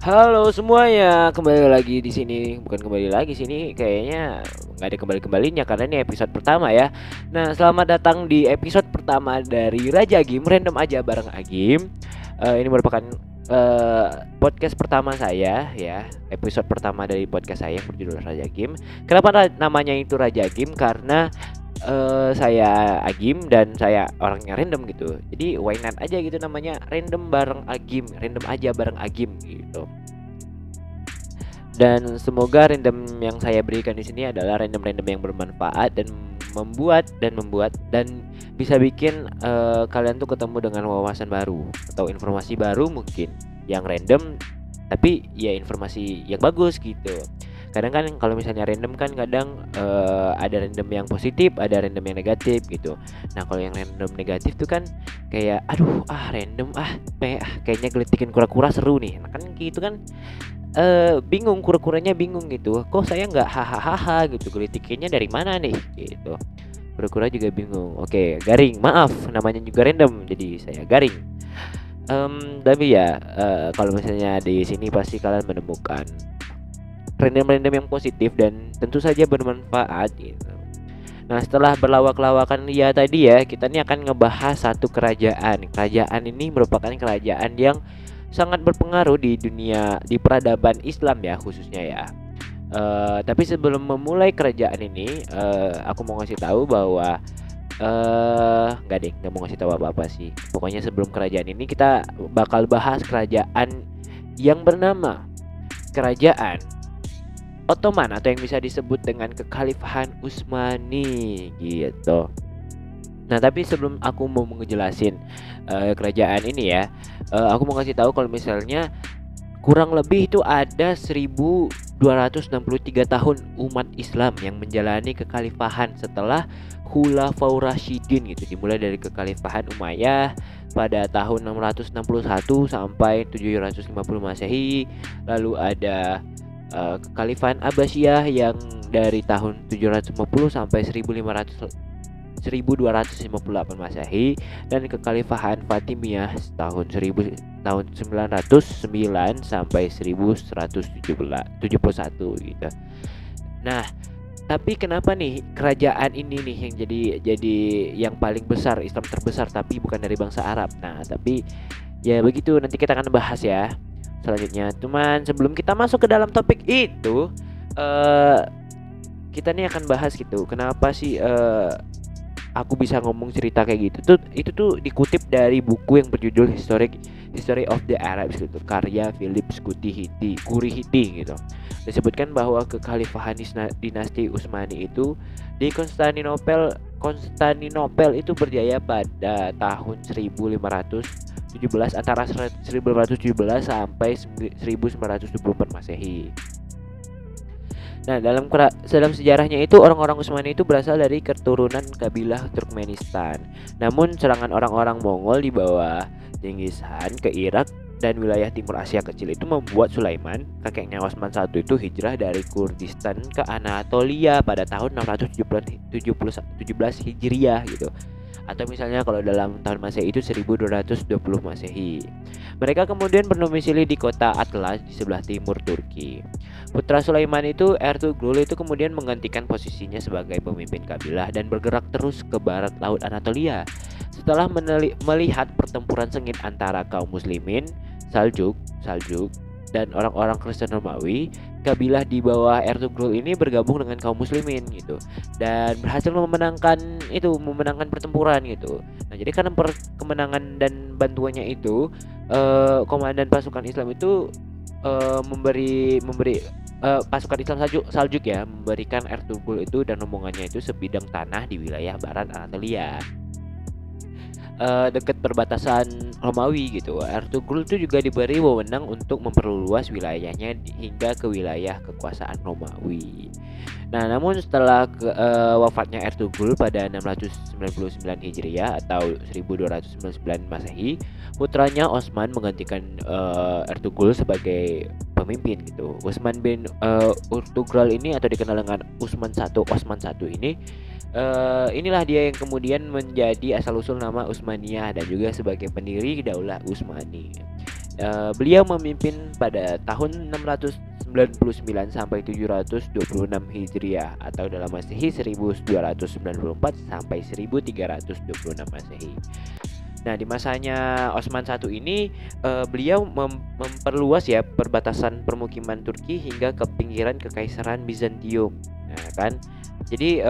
Halo semuanya, kembali lagi di sini. Bukan kembali lagi sini, kayaknya nggak ada kembalinya karena ini episode pertama ya. Nah, selamat datang di episode pertama dari Raja Game Random aja bareng Agim. Ini merupakan podcast pertama saya ya, episode pertama dari podcast saya yang berjudul Raja Game. Kenapa namanya itu Raja Game? Karena saya Agim dan saya orangnya random gitu. Jadi why not aja gitu namanya random bareng Agim, random aja bareng Agim gitu. Dan semoga random yang saya berikan di sini adalah random-random yang bermanfaat dan membuat dan bisa bikin kalian tuh ketemu dengan wawasan baru atau informasi baru mungkin yang random tapi ya informasi yang bagus gitu. Kadang kan kalau misalnya random kan kadang ada random yang positif, ada random yang negatif gitu. Nah, kalau yang random negatif tuh kan kayak aduh random kayaknya gelitikin kura-kura seru nih. Nah, kan gitu kan bingung, kura-kuranya bingung gitu, kok saya nggak hahaha gitu, gelitikinnya dari mana nih gitu. Kura-kura juga bingung. Oke, garing, maaf namanya juga random jadi saya garing. Tapi ya kalau misalnya di sini pasti kalian menemukan random-random yang positif dan tentu saja bermanfaat gitu. Nah, setelah berlawak-lawakan ya tadi ya, kita ini akan ngebahas satu kerajaan. Kerajaan ini merupakan kerajaan yang sangat berpengaruh di dunia, di peradaban Islam ya khususnya ya. Tapi sebelum memulai kerajaan ini, aku mau ngasih tahu bahwa nggak deh, nggak mau ngasih tahu apa-apa sih. Pokoknya sebelum kerajaan ini kita bakal bahas kerajaan yang bernama Kerajaan Ottoman atau yang bisa disebut dengan Kekhalifahan Utsmani gitu. Nah, tapi sebelum aku mau ngejelasin kerajaan ini ya, aku mau kasih tahu kalau misalnya kurang lebih itu ada 1263 tahun umat Islam yang menjalani kekhalifahan setelah Khulafaur Rasyidin gitu, dimulai dari kekhalifahan Umayyah pada tahun 661 sampai 750 Masehi. Lalu ada kekhalifahan Abbasiyah yang dari tahun 750 sampai 1258 Masehi, dan kekhalifahan Fatimiyah tahun 909 sampai 1171 gitu. Nah, tapi kenapa nih kerajaan ini nih yang jadi yang paling besar, Islam terbesar tapi bukan dari bangsa Arab. Nah, tapi ya begitu, nanti kita akan bahas ya selanjutnya. Cuman sebelum kita masuk ke dalam topik itu, kita nih akan bahas gitu, kenapa sih aku bisa ngomong cerita kayak gitu tuh. Itu tuh dikutip dari buku yang berjudul History of the Arabs gitu, karya Philip Kurihiti gitu. Disebutkan bahwa kekhalifahan dinasti Utsmani itu di Konstantinopel itu berjaya pada tahun 1517, antara 1517 sampai 1924 Masehi. Nah, dalam sejarahnya itu orang-orang Utsmani itu berasal dari keturunan kabilah Turkmenistan. Namun serangan orang-orang Mongol di bawah Genghis Khan ke Irak dan wilayah Timur Asia kecil itu membuat Sulaiman, kakeknya Osman I itu hijrah dari Kurdistan ke Anatolia pada tahun 617 Hijriah gitu. Atau misalnya kalau dalam tahun Masehi itu 1220 Masehi. Mereka kemudian berdomisili di kota Atlas di sebelah timur Turki. Putra Sulaiman itu, Ertugrul itu kemudian menggantikan posisinya sebagai pemimpin kabilah dan bergerak terus ke barat laut Anatolia. Setelah melihat pertempuran sengit antara kaum muslimin Saljuk dan orang-orang Kristen Romawi, kabilah di bawah Ertugrul ini bergabung dengan kaum muslimin gitu dan berhasil memenangkan pertempuran gitu. Nah, jadi karena kemenangan dan bantuannya itu, komandan pasukan Islam itu memberi pasukan Islam Saljuk ya, memberikan Ertugrul itu dan rombongannya itu sebidang tanah di wilayah barat Anatolia, dekat perbatasan Romawi gitu. Ertugrul itu juga diberi wewenang untuk memperluas wilayahnya hingga ke wilayah kekuasaan Romawi. Nah, namun setelah wafatnya Ertugrul pada 699 Hijriah atau 1299 Masehi, putranya Osman menggantikan Ertugrul sebagai pemimpin gitu. Utsman bin Ertugrul ini atau dikenal dengan Utsman I ini, inilah dia yang kemudian menjadi asal usul nama Utsmaniyah dan juga sebagai pendiri Daulah Utsmani. Beliau memimpin pada tahun 699 sampai 726 Hijriah atau dalam Masehi 1294 sampai 1326 Masehi. Nah, di masanya Osman I ini beliau memperluas ya perbatasan permukiman Turki hingga ke pinggiran Kekaisaran Bizantium. Nah, kan. Jadi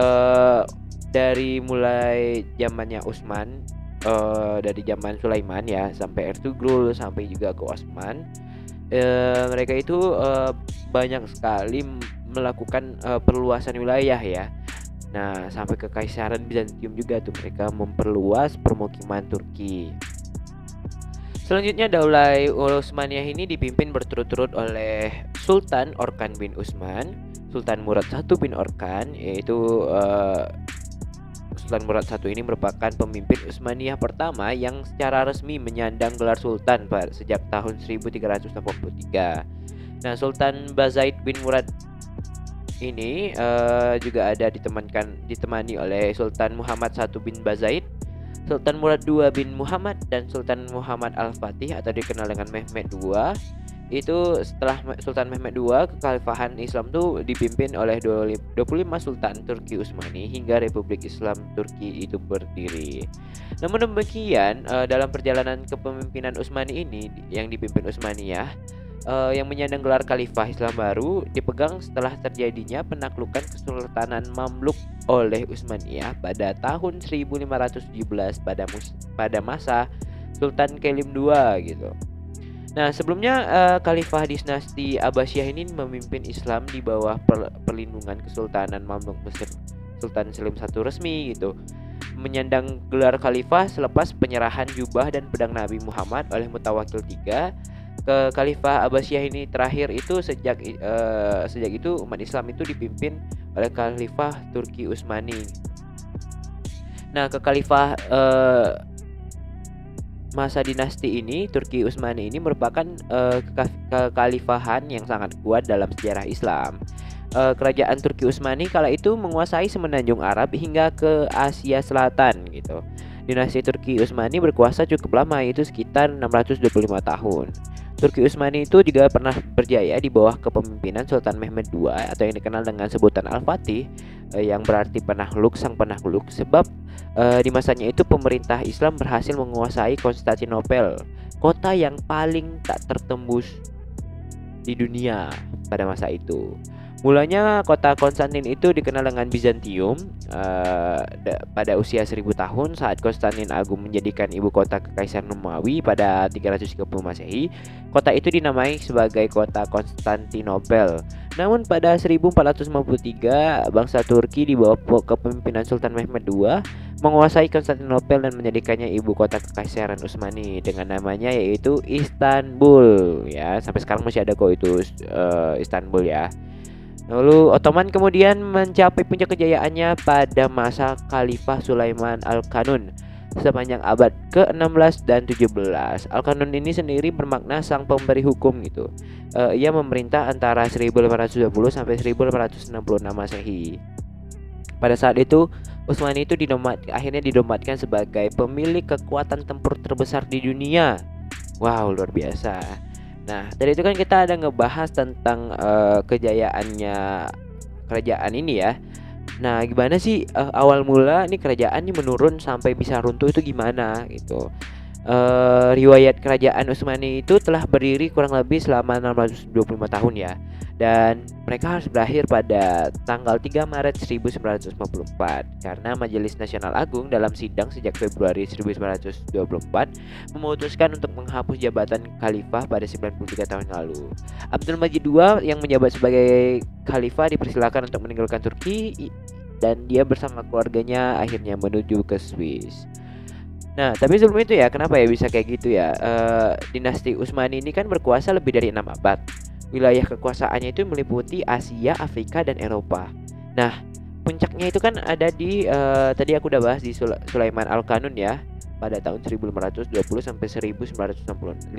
dari mulai zamannya Utsman, dari zaman Sulaiman ya sampai Ertugrul sampai juga ke Osman, mereka itu banyak sekali melakukan perluasan wilayah ya. Nah, sampai ke Kekaisaran Bizantium juga tuh mereka memperluas permukiman Turki. Selanjutnya Daulah Utsmaniyah ini dipimpin berturut-turut oleh Sultan Orkan bin Utsman, Sultan Murad I bin Orkan, yaitu Sultan Murad I ini merupakan pemimpin Utsmaniyah pertama yang secara resmi menyandang gelar Sultan sejak tahun 1383. Nah, Sultan Bazaid bin Murad ini juga ada ditemani oleh Sultan Muhammad I bin Bazaid, Sultan Murad II bin Muhammad, dan Sultan Muhammad Al-Fatih atau dikenal dengan Mehmed II. Itu setelah Sultan Mehmed II, kekhalifahan Islam itu dipimpin oleh 25 Sultan Turki Utsmani hingga Republik Islam Turki itu berdiri. Namun demikian, dalam perjalanan kepemimpinan Utsmani ini yang dipimpin Utsmaniyah, yang menyandang gelar Khalifah Islam baru dipegang setelah terjadinya penaklukan Kesultanan Mamluk oleh Utsmaniyah pada tahun 1517 pada masa Sultan Kelim II gitu. Nah, sebelumnya Khalifah dinasti Abbasiyah ini memimpin Islam di bawah perlindungan Kesultanan Mamluk Mesir Sultan Selim I resmi gitu. Menyandang gelar Khalifah selepas penyerahan jubah dan pedang Nabi Muhammad oleh Mutawakil III. Ke Khalifah Abbasiyah ini terakhir itu sejak itu umat Islam itu dipimpin oleh Khalifah Turki Utsmani. Nah, ke Khalifah masa dinasti ini Turki Utsmani ini merupakan kekhalifahan yang sangat kuat dalam sejarah Islam. Kerajaan Turki Utsmani kala itu menguasai semenanjung Arab hingga ke Asia Selatan gitu. Dinasti Turki Utsmani berkuasa cukup lama, yaitu sekitar 625 tahun. Turki Utsmani itu juga pernah berjaya di bawah kepemimpinan Sultan Mehmed II atau yang dikenal dengan sebutan Al-Fatih, yang berarti penakluk, sang penakluk, sebab di masanya itu pemerintah Islam berhasil menguasai Konstantinopel, kota yang paling tak tertembus di dunia pada masa itu. Mulanya kota Konstantin itu dikenal dengan Bizantium pada usia 1000 tahun saat Konstantin Agung menjadikan ibu kota Kekaisaran Romawi pada 330 Masehi. Kota itu dinamai sebagai kota Konstantinopel. Namun pada 1453 bangsa Turki di bawah kepemimpinan Sultan Mehmed II menguasai Konstantinopel dan menjadikannya ibu kota Kekaisaran Utsmani dengan namanya yaitu Istanbul ya. Sampai sekarang masih ada kok itu Istanbul ya. Lalu Ottoman kemudian mencapai puncak kejayaannya pada masa Khalifah Sulaiman Al-Qanun sepanjang abad ke-16 dan 17. Al-Qanun ini sendiri bermakna sang pemberi hukum gitu. Ia memerintah antara 1520 sampai 1566 Masehi. Pada saat itu Utsmani itu akhirnya didomatkan sebagai pemilik kekuatan tempur terbesar di dunia. Wow, luar biasa. Nah, dari itu kan kita ada ngebahas tentang kejayaannya kerajaan ini ya. Nah, gimana sih awal mula nih kerajaan ini menurun sampai bisa runtuh itu gimana gitu. Riwayat kerajaan Utsmani itu telah berdiri kurang lebih selama 625 tahun ya. Dan mereka harus berakhir pada tanggal 3 Maret 1954 karena Majelis Nasional Agung dalam sidang sejak Februari 1924 memutuskan untuk menghapus jabatan khalifah pada 93 tahun lalu. Abdul Majid II yang menjabat sebagai khalifah dipersilakan untuk meninggalkan Turki dan dia bersama keluarganya akhirnya menuju ke Swiss. Nah, tapi sebelum itu ya, kenapa ya bisa kayak gitu ya? Dinasti Utsmani ini kan berkuasa lebih dari 6 abad. Wilayah kekuasaannya itu meliputi Asia, Afrika, dan Eropa. Nah, puncaknya itu kan ada di tadi aku udah bahas di Sulaiman Al-Qanun ya, pada tahun 1520 sampai 1566.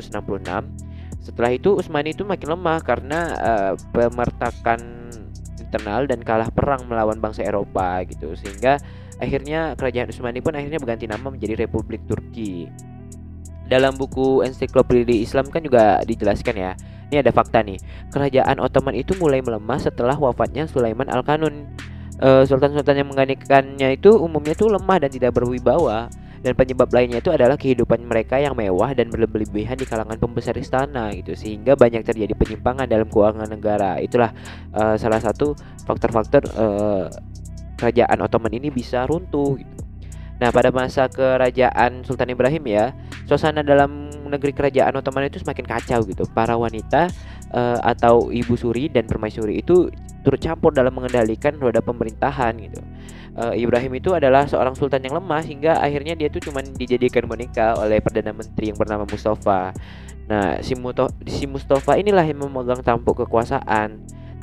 Setelah itu Utsmani itu makin lemah karena pemertakan internal dan kalah perang melawan bangsa Eropa gitu, sehingga akhirnya kerajaan Utsmani pun akhirnya berganti nama menjadi Republik Turki. Dalam buku Ensiklopedia Islam kan juga dijelaskan ya. Ini ada fakta nih. Kerajaan Ottoman itu mulai melemah setelah wafatnya Sulaiman Al-Kanun. Sultan-sultan yang menggantikannya itu umumnya tuh lemah dan tidak berwibawa. Dan penyebab lainnya itu adalah kehidupan mereka yang mewah dan berlebihan di kalangan pembesar istana gitu, sehingga banyak terjadi penyimpangan dalam keuangan negara. Itulah salah satu faktor-faktor kerajaan Ottoman ini bisa runtuh gitu. Nah, pada masa kerajaan Sultan Ibrahim ya, suasana dalam negeri kerajaan Ottoman itu semakin kacau gitu. Para wanita atau ibu suri dan permaisuri itu turut campur dalam mengendalikan roda pemerintahan gitu. Ibrahim itu adalah seorang sultan yang lemah hingga akhirnya dia tuh cuman dijadikan boneka oleh perdana menteri yang bernama Mustafa. Nah, si Mustafa inilah yang memegang tampuk kekuasaan.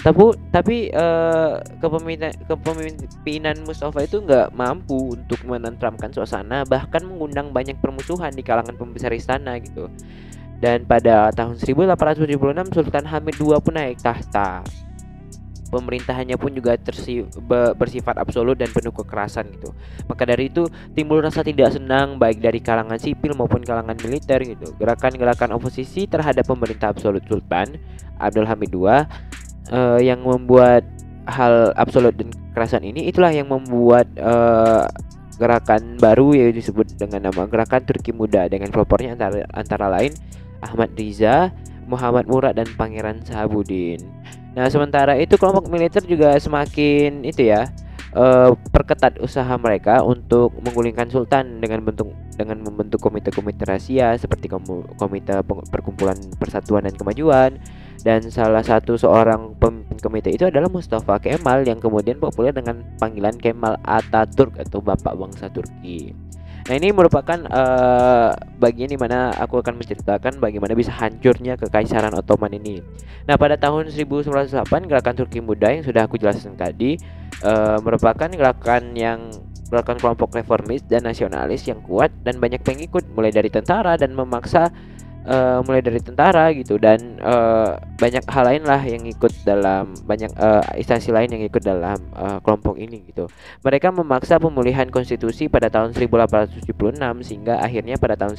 Kepemimpinan Mustafa itu nggak mampu untuk menenteramkan suasana, bahkan mengundang banyak permusuhan di kalangan pembesar istana gitu. Dan pada tahun 1876 Sultan Hamid II pun naik tahta. Pemerintahannya pun juga bersifat absolut dan penuh kekerasan gitu. Maka dari itu timbul rasa tidak senang baik dari kalangan sipil maupun kalangan militer gitu. Gerakan-gerakan oposisi terhadap pemerintah absolut Sultan Abdul Hamid II yang membuat hal absolut dan kekerasan ini, itulah yang membuat gerakan baru yang disebut dengan nama Gerakan Turki Muda dengan pelopornya antara lain Ahmad Riza, Muhammad Murad dan Pangeran Sahabuddin. Nah, sementara itu kelompok militer juga semakin itu ya perketat usaha mereka untuk menggulingkan sultan dengan membentuk komite-komite rahasia seperti komite perkumpulan persatuan dan kemajuan, dan salah satu seorang pemimpin komite itu adalah Mustafa Kemal yang kemudian populer dengan panggilan Kemal Atatürk atau Bapak Bangsa Turki. Nah, ini merupakan bagian di mana aku akan menceritakan bagaimana bisa hancurnya kekaisaran Ottoman ini. Nah, pada tahun 1908 gerakan Turki Muda yang sudah aku jelaskan tadi merupakan gerakan kelompok reformis dan nasionalis yang kuat dan banyak pengikut mulai dari tentara gitu, dan banyak hal lain lah yang ikut dalam banyak instansi lain yang ikut dalam kelompok ini gitu. Mereka memaksa pemulihan konstitusi pada tahun 1876 sehingga akhirnya pada tahun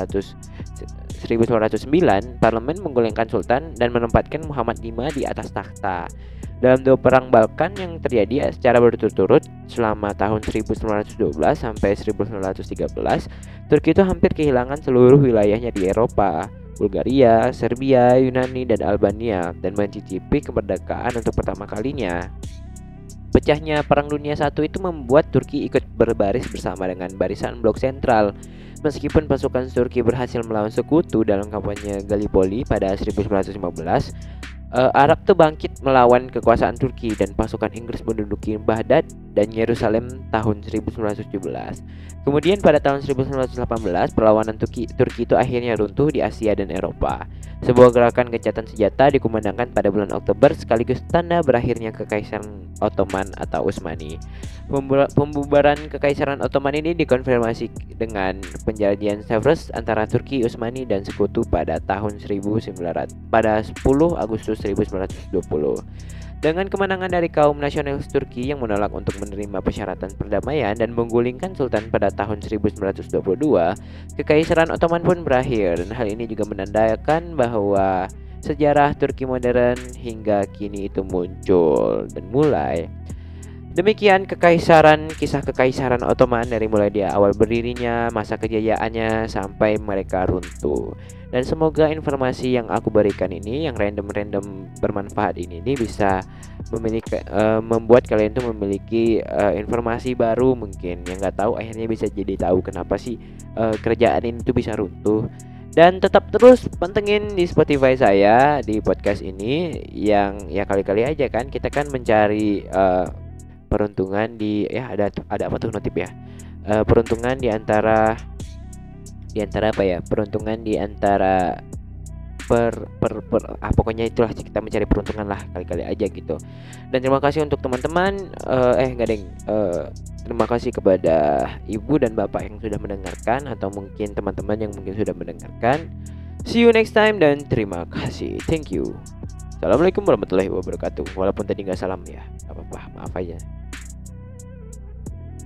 1909 parlemen menggulingkan sultan dan menempatkan Muhammad V di atas takhta. Dalam dua perang Balkan yang terjadi secara berturut-turut selama tahun 1912 sampai 1913, Turki itu hampir kehilangan seluruh wilayahnya di Eropa, Bulgaria, Serbia, Yunani, dan Albania, dan mencicipi kemerdekaan untuk pertama kalinya. Pecahnya Perang Dunia I itu membuat Turki ikut berbaris bersama dengan barisan blok sentral. Meskipun pasukan Turki berhasil melawan sekutu dalam kampanye Gallipoli pada 1915, Arab tuh bangkit melawan kekuasaan Turki dan pasukan Inggris menduduki Baghdad dan Yerusalem tahun 1917. Kemudian pada tahun 1918 perlawanan Turki itu akhirnya runtuh di Asia dan Eropa. Sebuah gerakan gencatan senjata dikumandangkan pada bulan Oktober sekaligus tanda berakhirnya Kekaisaran Ottoman atau Utsmani. Pembubaran Kekaisaran Ottoman ini dikonfirmasi dengan Perjanjian Sevres antara Turki Utsmani dan Sekutu pada tahun 10 Agustus 1920. Dengan kemenangan dari kaum nasionalis Turki yang menolak untuk menerima persyaratan perdamaian dan menggulingkan sultan pada tahun 1922, Kekaisaran Ottoman pun berakhir, dan hal ini juga menandakan bahwa sejarah Turki modern hingga kini itu muncul dan mulai. Demikian kisah Kekaisaran Ottoman dari mulai dia awal berdirinya, masa kejayaannya sampai mereka runtuh. Dan semoga informasi yang aku berikan ini, yang random bermanfaat ini bisa membuat kalian tuh memiliki informasi baru mungkin yang nggak tahu, akhirnya bisa jadi tahu kenapa sih kerajaan ini tuh bisa runtuh. Dan tetap terus pantengin di Spotify saya di podcast ini, yang ya kali-kali aja kan kita kan mencari peruntungan di ada apa tuh notif ya, peruntungan di antara apa ya, peruntungan di antara pokoknya itulah kita mencari peruntungan lah kali-kali aja gitu. Dan terima kasih untuk teman-teman terima kasih kepada ibu dan bapak yang sudah mendengarkan, atau mungkin teman-teman yang mungkin sudah mendengarkan. See you next time dan terima kasih. Thank you. Assalamualaikum warahmatullahi wabarakatuh. Walaupun tadi nggak salam ya, nggak apa-apa, maaf aja.